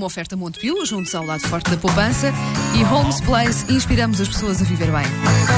uma oferta Montepio, juntos ao lado forte da poupança, e Homes Place, inspiramos as pessoas a viver bem.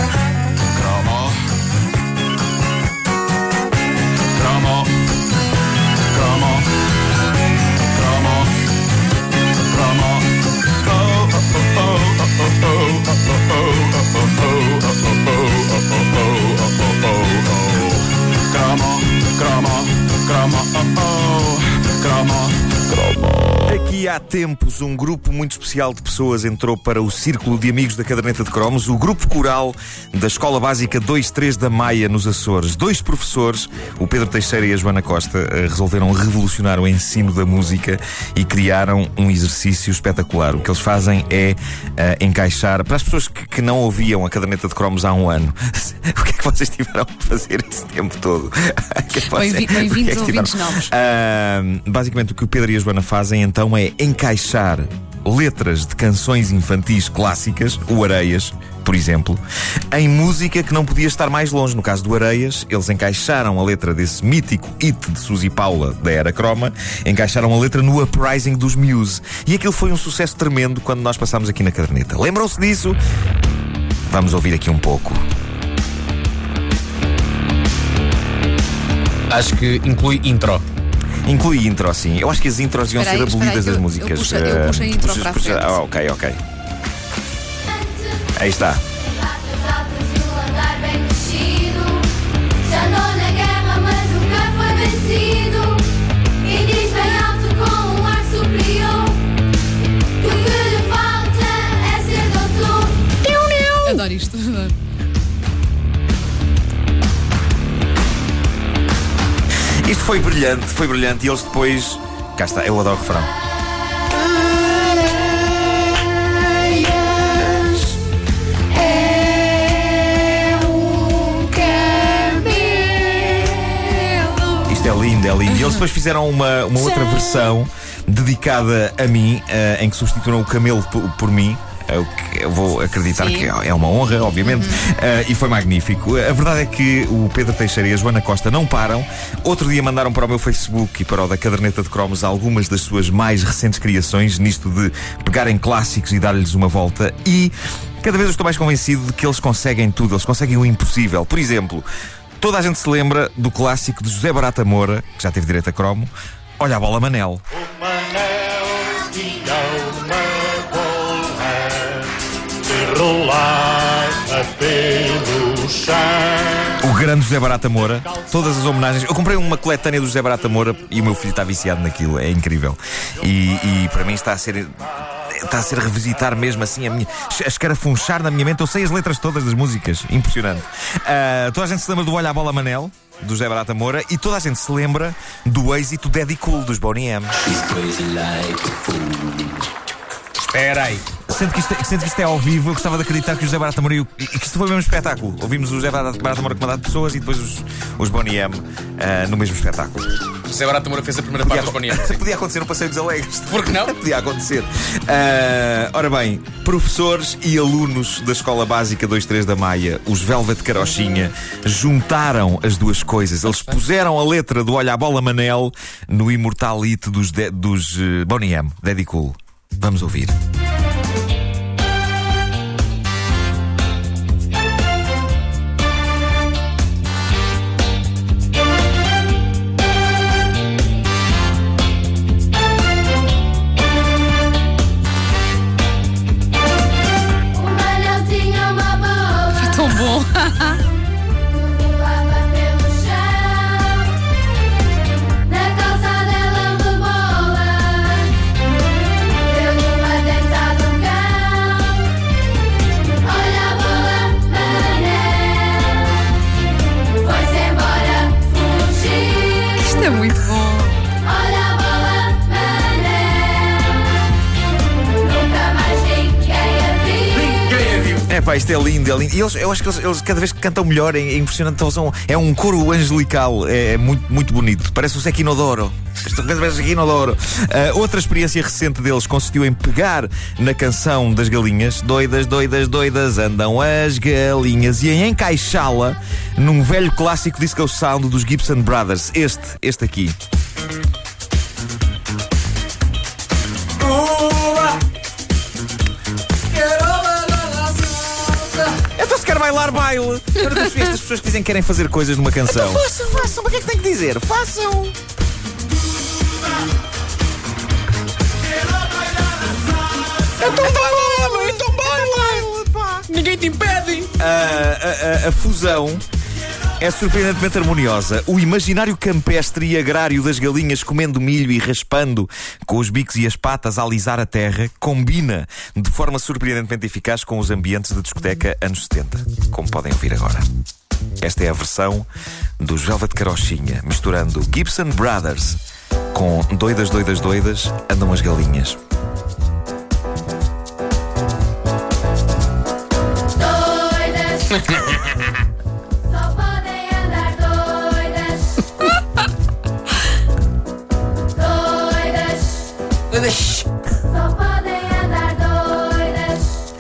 Aqui há tempos, um grupo muito especial de pessoas entrou para o Círculo de Amigos da Caderneta de Cromos, o Grupo Coral da Escola Básica 2-3 da Maia, nos Açores. Dois professores, o Pedro Teixeira e a Joana Costa, resolveram revolucionar o ensino da música e criaram um exercício espetacular. O que eles fazem é encaixar, para as pessoas que não ouviam a Caderneta de Cromos há um ano, o que é que vocês tiveram a fazer esse tempo todo? Bem-vindos ouvintes novos. Basicamente, o que o Pedro e a Joana fazem então é encaixar letras de canções infantis clássicas, o Areias, por exemplo, em música que não podia estar mais longe. No caso do Areias, eles encaixaram a letra desse mítico hit de Suzy Paula da Era Croma, encaixaram a letra no Uprising dos Muse. E aquilo foi um sucesso tremendo quando nós passámos aqui na Caderneta. Lembram-se disso? Vamos ouvir aqui um pouco. Acho que inclui intro. Inclui intro, sim. Eu acho que as intros iam ser abolidas das músicas. Eu puxei a intro para a frente. Ok. Aí está. Adoro isto. Isto foi brilhante e eles depois... Cá está, eu adoro o refrão. Isto é lindo. E eles depois fizeram uma outra versão dedicada a mim, em que substituíram o camelo por mim. Eu vou acreditar que é uma honra, obviamente. E foi magnífico. A verdade é que o Pedro Teixeira e a Joana Costa não param. Outro dia mandaram para o meu Facebook e para o da Caderneta de Cromos algumas das suas mais recentes criações, nisto de pegarem clássicos e dar-lhes uma volta. E cada vez eu estou mais convencido de que eles conseguem tudo. Eles conseguem o impossível. Por exemplo, toda a gente se lembra do clássico de José Barata Moura, que já teve direito a cromo, Olha a Bola, Manel. O Manel tinha uma bola que rolava pelo chão. O grande José Barata Moura, todas as homenagens. Eu comprei uma coletânea do José Barata Moura e o meu filho está viciado naquilo, é incrível. E para mim está a ser revisitar mesmo assim a escarafunchar na minha mente. Eu sei as letras todas das músicas, impressionante. Toda a gente se lembra do Olha a Bola, Manel, do José Barata Moura, e toda a gente se lembra do êxito Daddy Cool dos Boney M. Espera aí. Sendo que isto é ao vivo, eu gostava de acreditar que o José Barata Moura e que isto foi o mesmo espetáculo. Ouvimos o José Barata Moura comandado de pessoas e depois os Boney M no mesmo espetáculo. José Barata Moura fez a primeira parte dos Boney M. Podia acontecer no Passeio dos Alegres. Por que não? Podia acontecer. Ora bem, professores e alunos da Escola Básica 2-3 da Maia, os Velvet Carochinha, juntaram as duas coisas. Eles puseram a letra do Olha a Bola, Manel no imortal hit dos Boney M, Daddy Cool. Vamos ouvir. Tão bom. Rolava pelo chão, na calçada ela me bola, deu uma dentada no cão. Olha a bola, Manel, foi-se embora fugir. Isto é muito bom. Olha a bola, Manel, nunca mais ninguém a viu. Pá, isto é lindo. E eu acho que eles cada vez que cantam melhor, é impressionante. É um coro angelical, é muito, muito bonito. Parece o Sequinodoro. Outra experiência recente deles consistiu em pegar na canção das galinhas, doidas, doidas, doidas, andam as galinhas, e em encaixá-la num velho clássico disco sound dos Gibson Brothers. Este aqui. bailar baile. Eu nunca percebi estas pessoas que dizem que querem fazer coisas numa canção. Então façam. O que é que tem que dizer? Façam. Então baila! Ninguém te impede! A fusão é surpreendentemente harmoniosa. O imaginário campestre e agrário das galinhas comendo milho e raspando com os bicos e as patas a alisar a terra combina de forma surpreendentemente eficaz com os ambientes de discoteca anos 70, como podem ouvir agora. Esta é a versão dos Velvet Carochinha, misturando Gibson Brothers com Doidas, Doidas, Doidas, Andam as Galinhas. Só podem andar doidas. Doidas. Só podem andar doidas.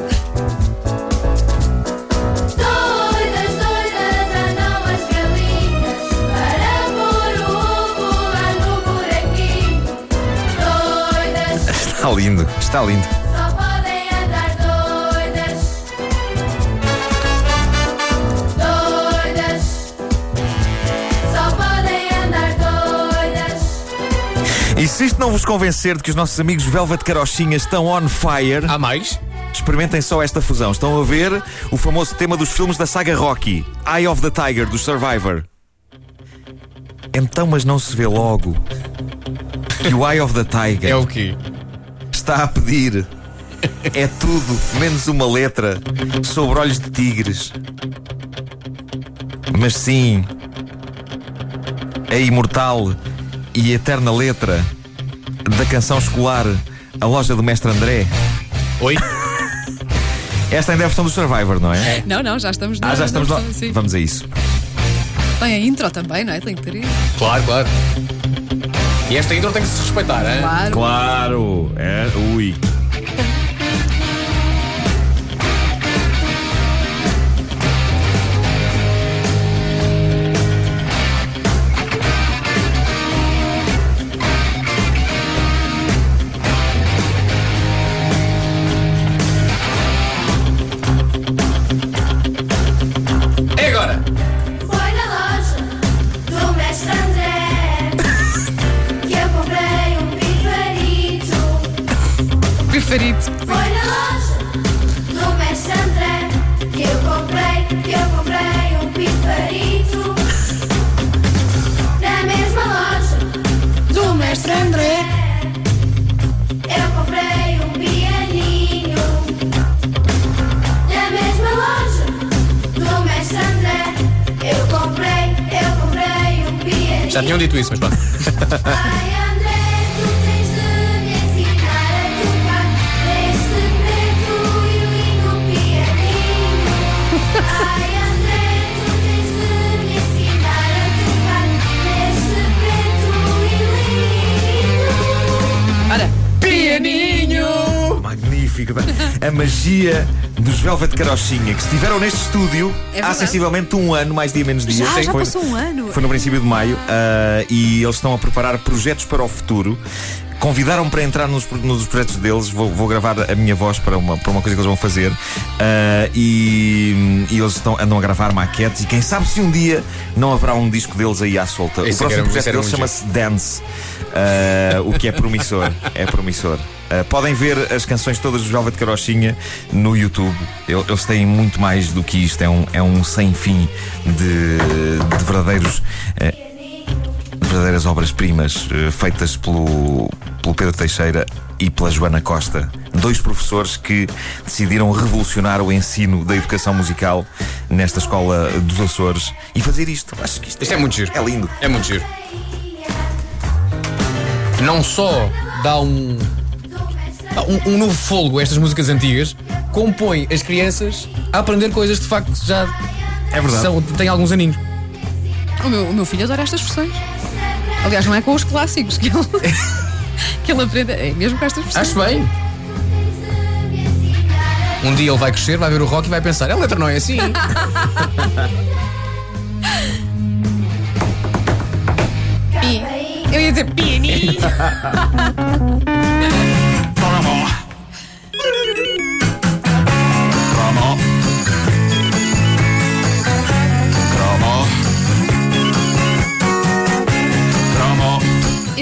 Doidas, doidas, andam as galinhas para pôr o ovo lá no buraquinho. Doidas. Está lindo, está lindo. Só podem andar doidas. Doidas. Só podem andar doidas. E se isto não vos convencer de que os nossos amigos Velvet Carochinha estão on fire, Há mais? experimentem só esta fusão. Estão a ver o famoso tema dos filmes da saga Rocky, Eye of the Tiger, do Survivor. Então, mas não se vê logo que o Eye of the Tiger É o quê? está a pedir é tudo menos uma letra sobre olhos de tigres. Mas sim, a imortal e eterna letra da canção escolar A Loja do Mestre André. Oi? Esta ainda é a versão do Survivor, não é? Não, já estamos Já estamos lá. Sim. Vamos a isso. Tem a intro também, não é? Tem que ter isso. Claro. E esta intro tem que se respeitar, hein? Claro. Claro, é. Ui. É agora! Foi na loja do Mestre André que eu comprei um pifarito. Preferido. Foi na loja do Mestre André que eu comprei um pifarito. Na mesma loja do Mestre André eu comprei um pianinho. Na mesma loja do Mestre André eu comprei um pianinho. Já tinham dito isso, mas pronto. Ai, André, tu tens de me ensinar a tocar neste preto e lindo pianinho. Ai, André, tu tens de me ensinar a tocar neste preto e lindo. Ora, Pianinho! Magnífico. A magia dos Velvet Carochinha, que estiveram neste estúdio É há verdade. sensivelmente um ano, mais dia menos dia. já Foi- passou um ano. Foi no princípio de maio, e eles estão a preparar projetos para o futuro. Convidaram-me para entrar nos projetos deles. Vou gravar a minha voz para uma coisa que eles vão fazer. E eles andam a gravar maquetes. E quem sabe se um dia não haverá um disco deles aí à solta. Esse O próximo era- projeto esse era deles um chama-se Dance, o que é promissor. É promissor. Podem ver as canções todas dos Velvet Carochinha no YouTube. Eles têm muito mais do que isto. É um sem fim de verdadeiras obras-primas feitas pelo Pedro Teixeira e pela Joana Costa. Dois professores que decidiram revolucionar o ensino da educação musical nesta escola dos Açores e fazer isto. Acho que Isto é muito giro. É lindo. É muito giro. Não só dá um novo fôlego a estas músicas antigas, como põe as crianças a aprender coisas de facto que já É verdade. têm alguns aninhos. O meu filho adora estas versões. Aliás, não é com os clássicos que ele aprende, é mesmo com estas versões. Acho bem. Um dia ele vai crescer, vai ver o rock e vai pensar: a letra não é assim. Eu ia dizer pianinho.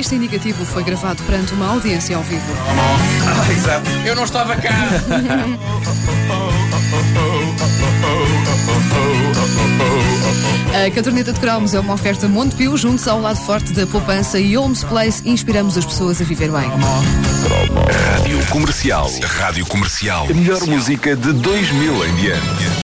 Este indicativo foi gravado perante uma audiência ao vivo. Exato. Eu não estava cá. A caderneta de cromos é uma oferta Montepio, juntos ao lado forte da poupança e Homes Place. Inspiramos as pessoas a viver bem. Rádio Comercial. Rádio Comercial. A melhor música de 2000 em diante.